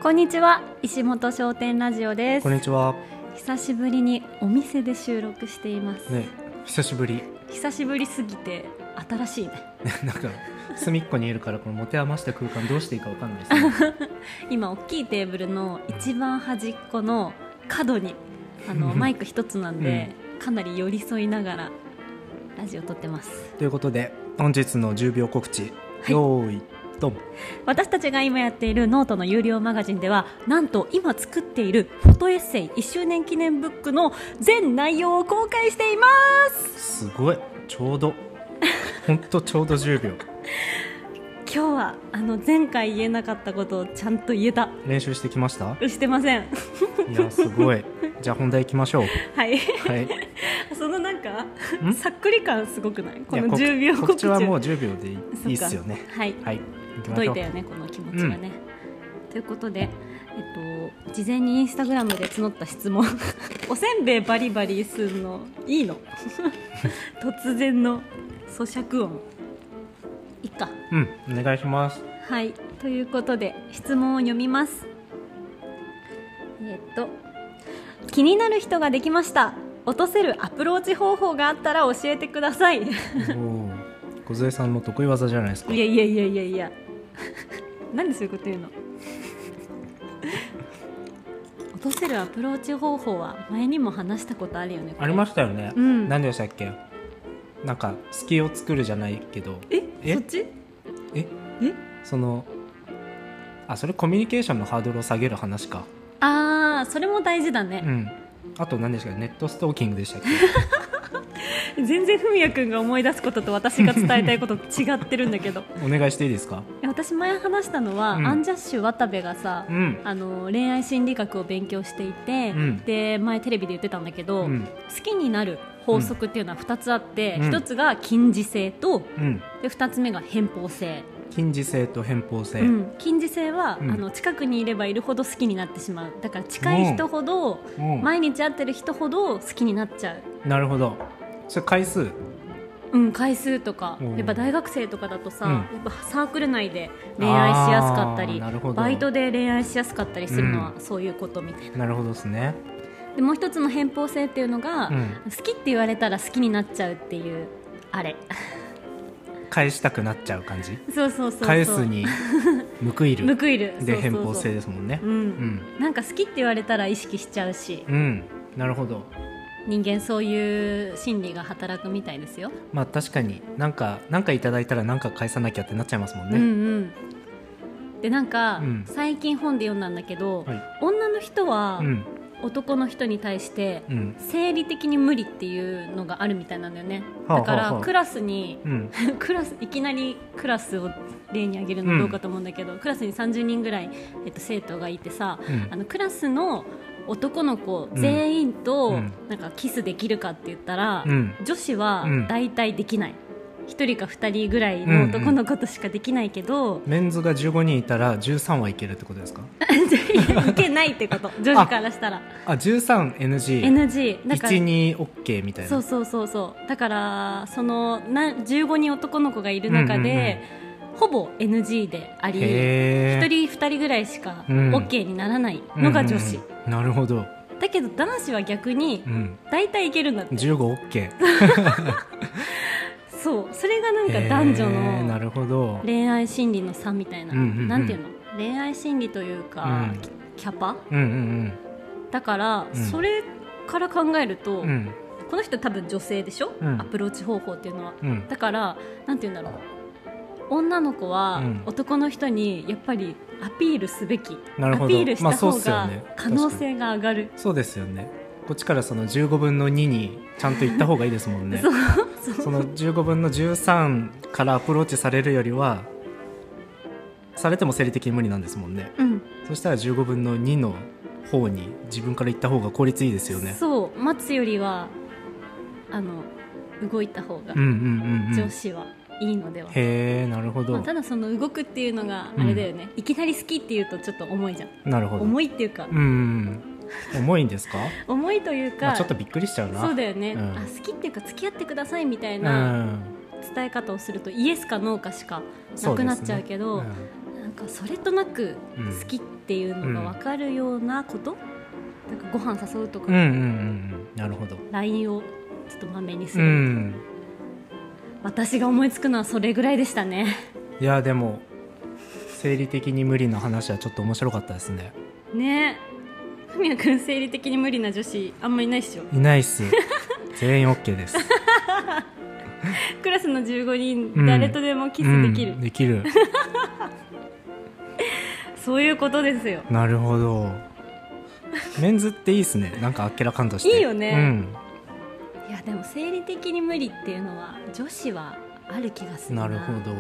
こんにちは、石本商店ラジオです。 こんにちは。 久しぶりにお店で収録しています、 ね、久しぶりすぎて新しいねなんか隅っこにいるからこの持て余した空間どうしていいか分かんないですね今大きいテーブルの一番端っこの角にマイク一つなんで、かなり寄り添いながらラジオ撮ってます。 ということで本日の10秒告知、よーいドン。 私たちが今やっているノートの有料マガジンでは、なんと今作っているフォトエッセイ1周年記念ブックの全内容を公開しています。 すごい、ちょうどほんとちょうど10秒今日は前回言えなかったことをちゃんと言えた。 練習してきました？ してませんいやすごい。じゃあ本題いきましょう。 はい、 はい、 そのなんかさっくり感すごくない？この10秒告知はもう10秒でいいっすよね。 はい、 はい、 届いたよね、この気持ちがね、ということで、事前にインスタグラムで募った質問おせんべいバリバリするのいいの突然の咀嚼音いいか。 お願いします。 はい、ということで質問を読みます。気になる人ができました。落とせるアプローチ方法があったら教えてください小杉さんの得意技じゃないですか。 いやなんでそういうこと言うの落とせるアプローチ方法は前にも話したことあるよね。 ありましたよね、 うん何でしたっけ。なんか隙を作るじゃないけど、 そっちそのそれコミュニケーションのハードルを下げる話か。 それも大事だね、 あと何でしたっけ、ネットストーキングでしたっけ全然ふみやくんが思い出すことと私が伝えたいこと違ってるんだけどお願いしていいですか。 私前話したのは、アンジャッシュ渡部がさ、恋愛心理学を勉強していて、で前テレビで言ってたんだけど、好きになる法則っていうのは2つあって、1つが近似性と、で2つ目が偏方性。 近似性と偏方性、 近似性は、近くにいればいるほど好きになってしまう。だから近い人ほど、毎日会ってる人ほど好きになっちゃう。 なるほど。それ回数？ 回数とか、やっぱ大学生とかだとさ、やっぱサークル内で恋愛しやすかったり、バイトで恋愛しやすかったりするのは、そういうことみたいな。 なるほどですね。 でもう一つの偏方性っていうのが、好きって言われたら好きになっちゃうっていうあれ返したくなっちゃう感じ。 そう返すに報いるでそう偏方性ですもんね。 なんか好きって言われたら意識しちゃうし、 なるほど。 人間そういう心理が働くみたいですよ。 まあ確かになんかいただいたらなんか返さなきゃってなっちゃいますもんね。 でなんか、最近本で読んだんだけど、女の人は、男の人に対して、生理的に無理っていうのがあるみたいなんだよね。だからクラスに、いきなりクラスを例に挙げるのどうかと思うんだけど、クラスに30人ぐらい、生徒がいてさ、クラスの男の子全員と、なんかキスできるかって言ったら、女子は大体できない。1人か2人ぐらいの男の子としかできないけど、 メンズが15人いたら13はいけるってことですかいけないってこと女子からしたら。 13NG だから 12OK みたいな。 そうだからその15人男の子がいる中で、ほぼ NG であり、1人2人ぐらいしか OK にならないのが女子。 なるほど。 だけど男子は逆に大体いけるんだって。 15OK そう、それがなんか男女の恋愛心理の差みたいな、なんていうの、恋愛心理というか、キャパ、だから、それから考えると、この人多分女性でしょ、アプローチ方法っていうのは、だからなんていうんだろう、女の子は男の人にやっぱりアピールすべき、アピールした方が可能性が上がる。 そうですよね。こっちからその15分の2にちゃんと言った方がいいですもんねその15分の13からアプローチされるよりは、されても生理的に無理なんですもんね、そしたら15分の2の方に自分から言った方が効率いいですよね。 そう、待つよりは動いた方が女子はいいのでは。 へー、なるほど。 ただその動くっていうのがあれだよね、いきなり好きっていうとちょっと重いじゃん。 なるほど。 重いっていうか、 重いんですか重いというか、 ちょっとびっくりしちゃうな。 そうだよね、好きっていうか付き合ってくださいみたいな伝え方をすると、イエスかノーかしかなくなっちゃうけど、なんかそれとなく好きってっていうのが分かるようなこと、なんかご飯誘うとか、 なるほど。 LINE をちょっとまめにする、私が思いつくのはそれぐらいでしたね。 いやでも生理的に無理な話はちょっと面白かったですね。 ねえ、ふみやくん生理的に無理な女子あんまいないっしょ。 いないっす全員 OK ですクラスの15人、誰とでもキスできる、 できるそういうことですよ。 なるほど。メンズっていいっすね、なんかあっけらかんとして。 いいよね、いやでも生理的に無理っていうのは女子はある気がするな。 なるほど、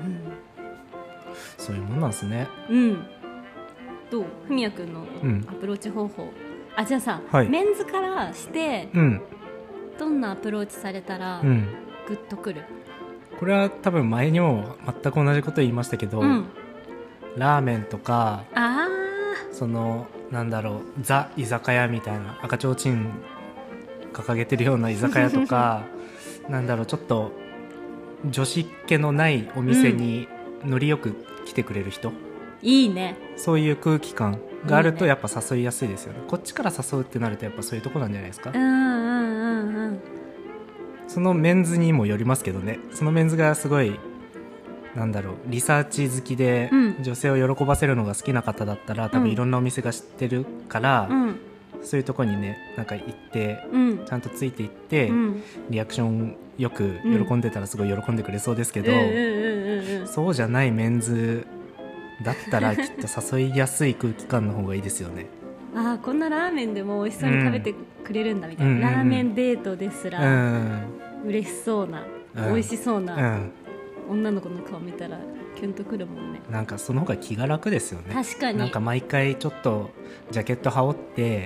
そういうもんなんですね。 どう、ふみやくんのアプローチ方法、じゃあさ、メンズからして、どんなアプローチされたらグッとくる？ これは多分前にも全く同じこと言いましたけど、ラーメンとか、そのなんだろう、ザ居酒屋みたいな赤ちょうちん掲げてるような居酒屋とかなんだろう、ちょっと女子気のないお店にノリよく来てくれる人、 いいね。 そういう空気感があるとやっぱ誘いやすいですよね。こっちから誘うってなるとやっぱそういうとこなんじゃないですか。そのメンズにもよりますけどね。そのメンズがすごいなんだろう、リサーチ好きで女性を喜ばせるのが好きな方だったら、多分いろんなお店が知ってるから、そういうとこにね、なんか行って、ちゃんとついていって、リアクションよく喜んでたらすごい喜んでくれそうですけど、そうじゃないメンズだったらきっと誘いやすい空気感の方がいいですよね。 こんなラーメンでも美味しそうに食べてくれるんだみたいな、ラーメンデートですら嬉しそうな、美味しそうな、女の子の顔見たらキュンとくるもんね。 なんかその方が気が楽ですよね。 確かに。 なんか毎回ちょっとジャケット羽織って、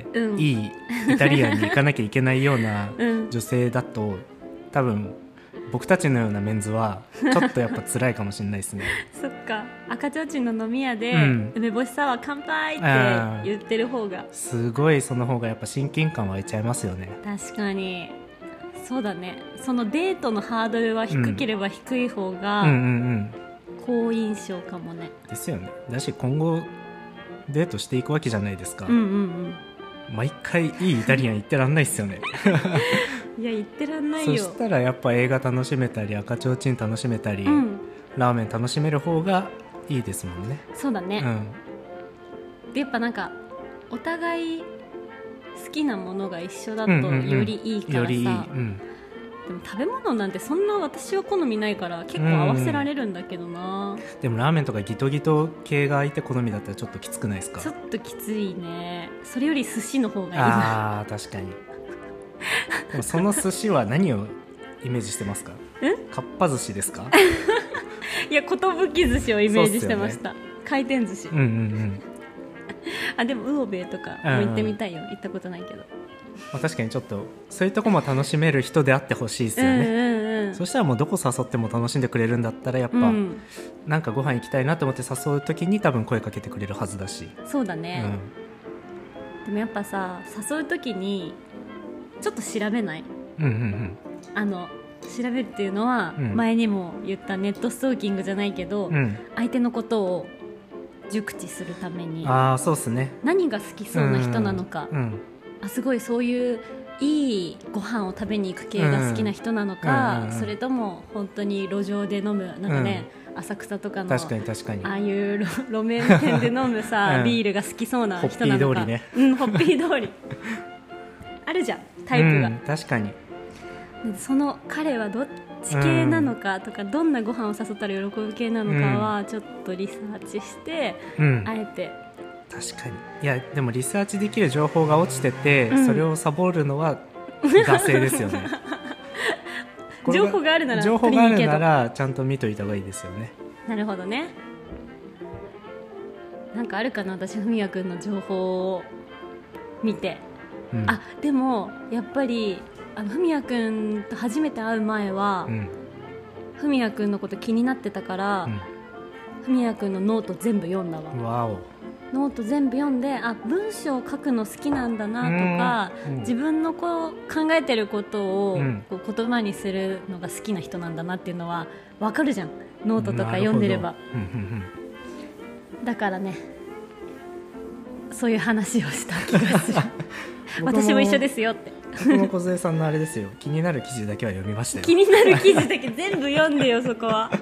いいイタリアンに行かなきゃいけないような女性だと、多分僕たちのようなメンズはちょっとやっぱ辛いかもしれないですねそっか、赤ちょうちんの飲み屋で、梅干しサワー乾杯って言ってる方がすごい、その方がやっぱ親近感湧いちゃいますよね。 確かにそうだね。そのデートのハードルは低ければ低い方が好印象かもね。 ですよね。だし今後デートしていくわけじゃないですか。毎回いいイタリアン行ってらんないですよねいや行ってらんないよ。 そしたらやっぱ映画楽しめたり赤ちょうちん楽しめたり、ラーメン楽しめる方がいいですもんね。 そうだね、でやっぱなんかお互い好きなものが一緒だとよりいいからさ、でも食べ物なんてそんな私は好みないから結構合わせられるんだけどな、 でもラーメンとかギトギト系が相手好みだったらちょっときつくないですか？ ちょっときついね。それより寿司の方がいいな。 確かにでもその寿司は何をイメージしてますか？かっぱ寿司ですか？ いや、寿寿司をイメージしてました、回転寿司。でも魚べとかも行ってみたいよ、行ったことないけど。 確かにちょっとそういうとこも楽しめる人であってほしいですよね、そしたらもうどこ誘っても楽しんでくれるんだったらやっぱ、なんかご飯行きたいなと思って誘う時に多分声かけてくれるはずだし。 そうだね、でもやっぱさ、誘う時にちょっと調べない？調べるっていうのは、前にも言ったネットストーキングじゃないけど、相手のことを熟知するために、 そうっすね、 何が好きそうな人なのか、すごいそういういいご飯を食べに行く系が好きな人なのか、それとも本当に路上で飲むなんかね、浅草とかの確かにああいう路面店で飲むさ、ビールが好きそうな人なのか、 ホッピー通りね、 ホッピー通りあるじゃん、タイプが、 確かに。 その彼はどっち系なのかとか、どんなご飯を誘ったら喜ぶ系なのかはちょっとリサーチして、あえて。 確かに。いやでもリサーチできる情報が落ちてて、それをサボるのは惰性ですよね情報があるなら情報があるならちゃんと見といた方がいいですよね。 なるほどね。なんかあるかな、私ふみやくんの情報を見て、でもやっぱりふみやくんと初めて会う前は、ふみやくんのこと気になってたから、ふみやくんのノート全部読んだわ。ノート全部読んで、文章を書くの好きなんだなとか、自分の考えてることを言葉にするのが好きな人なんだなっていうのは分かるじゃん、ノートとか読んでれば。だからね、 そういう話をした気がする私も一緒ですよって僕も梢さんのあれですよ、気になる記事だけは読みましたよ。 気になる記事だけ全部読んでよそこは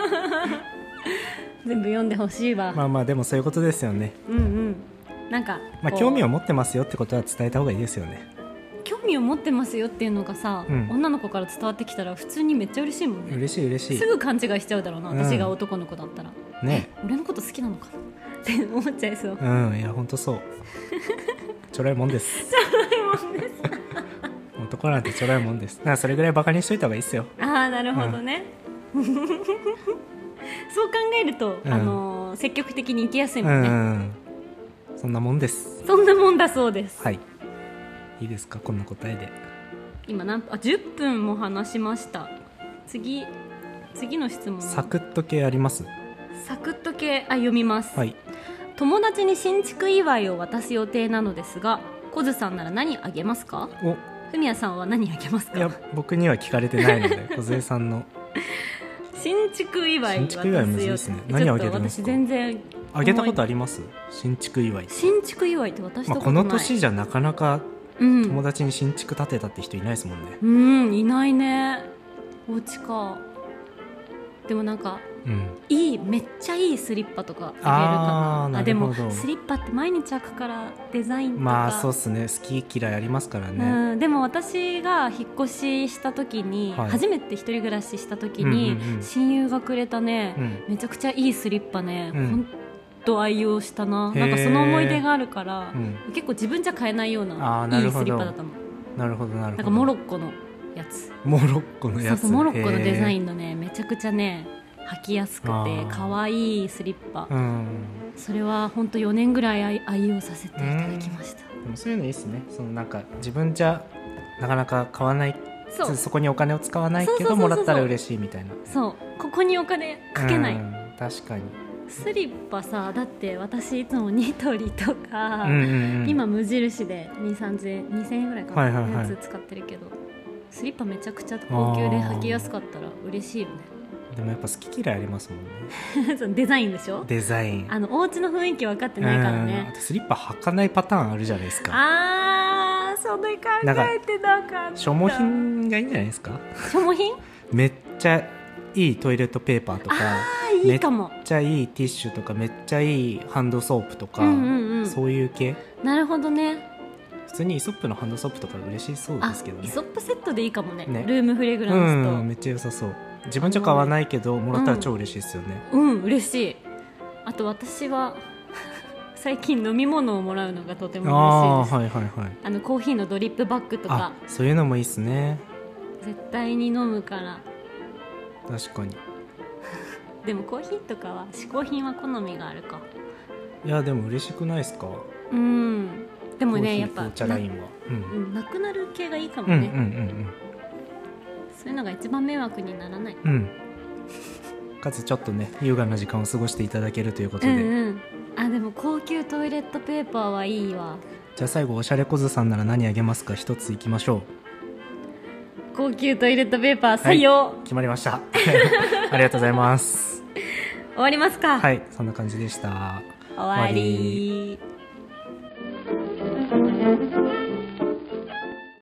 全部読んでほしいわ。 まあまあでもそういうことですよね。 うんうん。なんかまあ興味を持ってますよってことは伝えた方がいいですよね。 興味を持ってますよっていうのがさ、女の子から伝わってきたら普通にめっちゃ嬉しいもんね。 嬉しい嬉しい。 すぐ勘違いしちゃうだろうな、私が男の子だったらね。俺のこと好きなのかなって思っちゃいそう。いや本当そうちょろいもんですちょろいもんです男なんてちょろいもんです。だからそれぐらいバカにしといた方がいいですよ。 ああなるほどね、そう考えると、積極的に生きやすいもんね。 そんなもんです。 そんなもんだそうです。 はい、いいですかこんな答えで。 今10分も話しました。次の質問。 サクッと系あります？ サクッと系読みます、 はい。 友達に新築祝いを渡す予定なのですが、小津さんなら何あげますか？ふみやさんは何あげますか？ いや僕には聞かれてないので小津さんの新築祝いむずいですね。何あげるんですか？ 私全然あげたことあります？新築祝い。 新築祝いって渡したことない、 この年じゃなかなか友達に新築建てたって人いないですもんね。 いないね。お家か。でもなんか、めっちゃいいスリッパとかあげるかな。でもスリッパって毎日履くからデザインとかそうっすね、好き嫌いありますからね。 でも私が引っ越しした時に、初めて一人暮らしした時に、親友がくれたね、めちゃくちゃいいスリッパね、本当愛用したな。なんかその思い出があるから、結構自分じゃ買えないようないいスリッパだったの。 なるほどなるほど。 なんかモロッコのやつ。 モロッコのやつ。 そうモロッコのデザインのね、めちゃくちゃね履きやすくて可愛いスリッパ。それは本当4年ぐらい愛用させていただきました。 でもそういうのいいですね。そのなんか自分じゃなかなか買わない、そこにお金を使わないけどもらったら嬉しいみたいな。そうここにお金かけない。確かにスリッパさ、だって私いつもニトリとか、今無印で2000円ぐらいかな、やつ使ってるけど、スリッパめちゃくちゃ高級で履きやすかったら嬉しいよね。でもやっぱ好き嫌いありますもんねそのデザインでしょ。デザイン、お家の雰囲気分かってないからね。スリッパ履かないパターンあるじゃないですか。それ考えてなかった。消耗品がいいんじゃないですか。消耗品めっちゃいいトイレットペーパーとか、いいかも。めっちゃいいティッシュとか、めっちゃいいハンドソープとか、そういう系。なるほどね。普通にイソップのハンドソープとか嬉しそうですけどね。イソップセットでいいかもね。ルームフレグランスと、めっちゃ良さそう。自分じゃ買わないけどもらったら超嬉しいですよね。嬉しい。あと私は最近飲み物をもらうのがとても嬉しいです。コーヒーのドリップバッグとか。そういうのもいいですね。絶対に飲むから。確かにでもコーヒーとかは嗜好品は好みがあるか。いやでも嬉しくないですか。でもね、やっぱ紅茶ラインはなくなる系がいいかもね。そういうのが一番迷惑にならない。かつちょっとね優雅な時間を過ごしていただけるということで、でも高級トイレットペーパーはいいわ。じゃあ最後おしゃれこずさんなら何あげますか。一ついきましょう。高級トイレットペーパー採用、決まりましたありがとうございます。終わりますか。はい、そんな感じでした。終わり。